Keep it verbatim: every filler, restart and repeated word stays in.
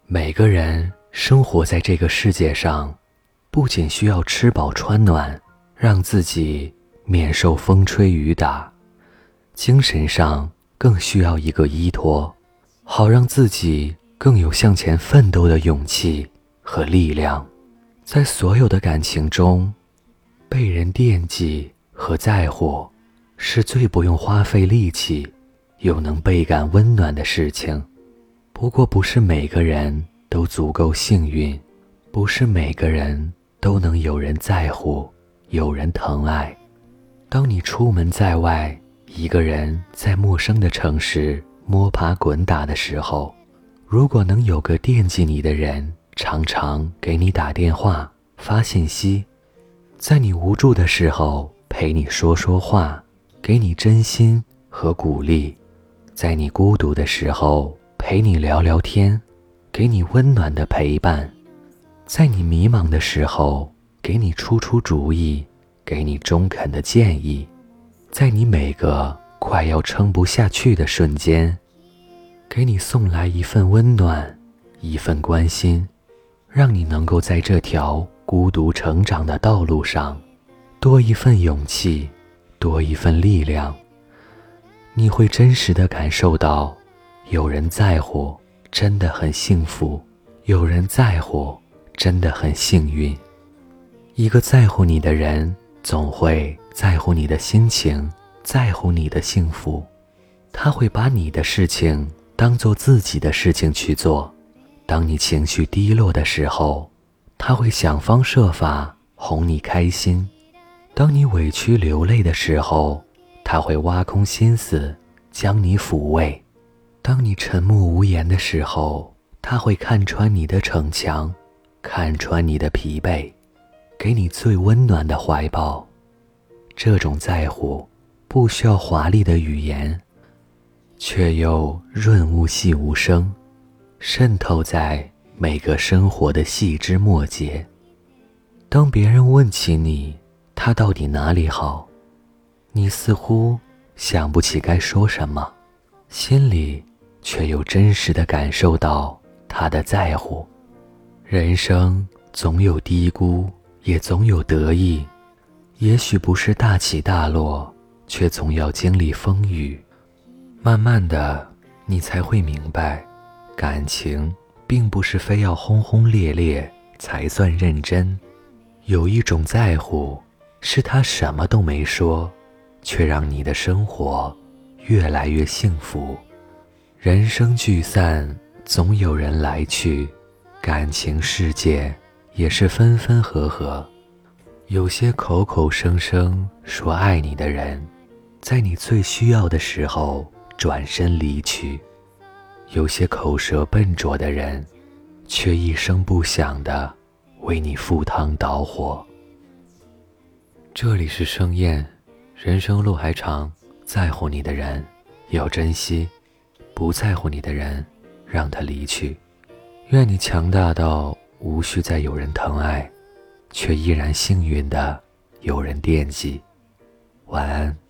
每个人生活在这个世界上，不仅需要吃饱穿暖，让自己免受风吹雨打，精神上更需要一个依托，好让自己更有向前奋斗的勇气和力量。在所有的感情中，被人惦记和在乎是最不用花费力气又能倍感温暖的事情。不过不是每个人都足够幸运，不是每个人都能有人在乎，有人疼爱。当你出门在外，一个人在陌生的城市摸爬滚打的时候，如果能有个惦记你的人，常常给你打电话发信息，在你无助的时候陪你说说话，给你真心和鼓励，在你孤独的时候陪你聊聊天，给你温暖的陪伴，在你迷茫的时候给你出出主意，给你中肯的建议，在你每个快要撑不下去的瞬间，给你送来一份温暖，一份关心，让你能够在这条孤独成长的道路上多一份勇气，多一份力量。你会真实地感受到，有人在乎真的很幸福，有人在乎真的很幸运。一个在乎你的人，总会在乎你的心情，在乎你的幸福。他会把你的事情当作自己的事情去做。当你情绪低落的时候，他会想方设法哄你开心。当你委屈流泪的时候，他会挖空心思将你抚慰。当你沉默无言的时候，他会看穿你的逞强，看穿你的疲惫，给你最温暖的怀抱。这种在乎不需要华丽的语言，却又润物细无声，渗透在每个生活的细枝末节。当别人问起你，他到底哪里好，你似乎想不起该说什么，心里却又真实地感受到他的在乎。人生总有低谷，也总有得意，也许不是大起大落，却总要经历风雨。慢慢的，你才会明白，感情并不是非要轰轰烈烈才算认真。有一种在乎，是他什么都没说，却让你的生活越来越幸福。人生聚散，总有人来去，感情世界也是分分合合。有些口口声声说爱你的人，在你最需要的时候转身离去。有些口舌笨拙的人，却一声不响地为你赴汤蹈火。这里是盛宴，人生路还长，在乎你的人要珍惜，不在乎你的人让他离去。愿你强大到无需再有人疼爱，却依然幸运的有人惦记。晚安。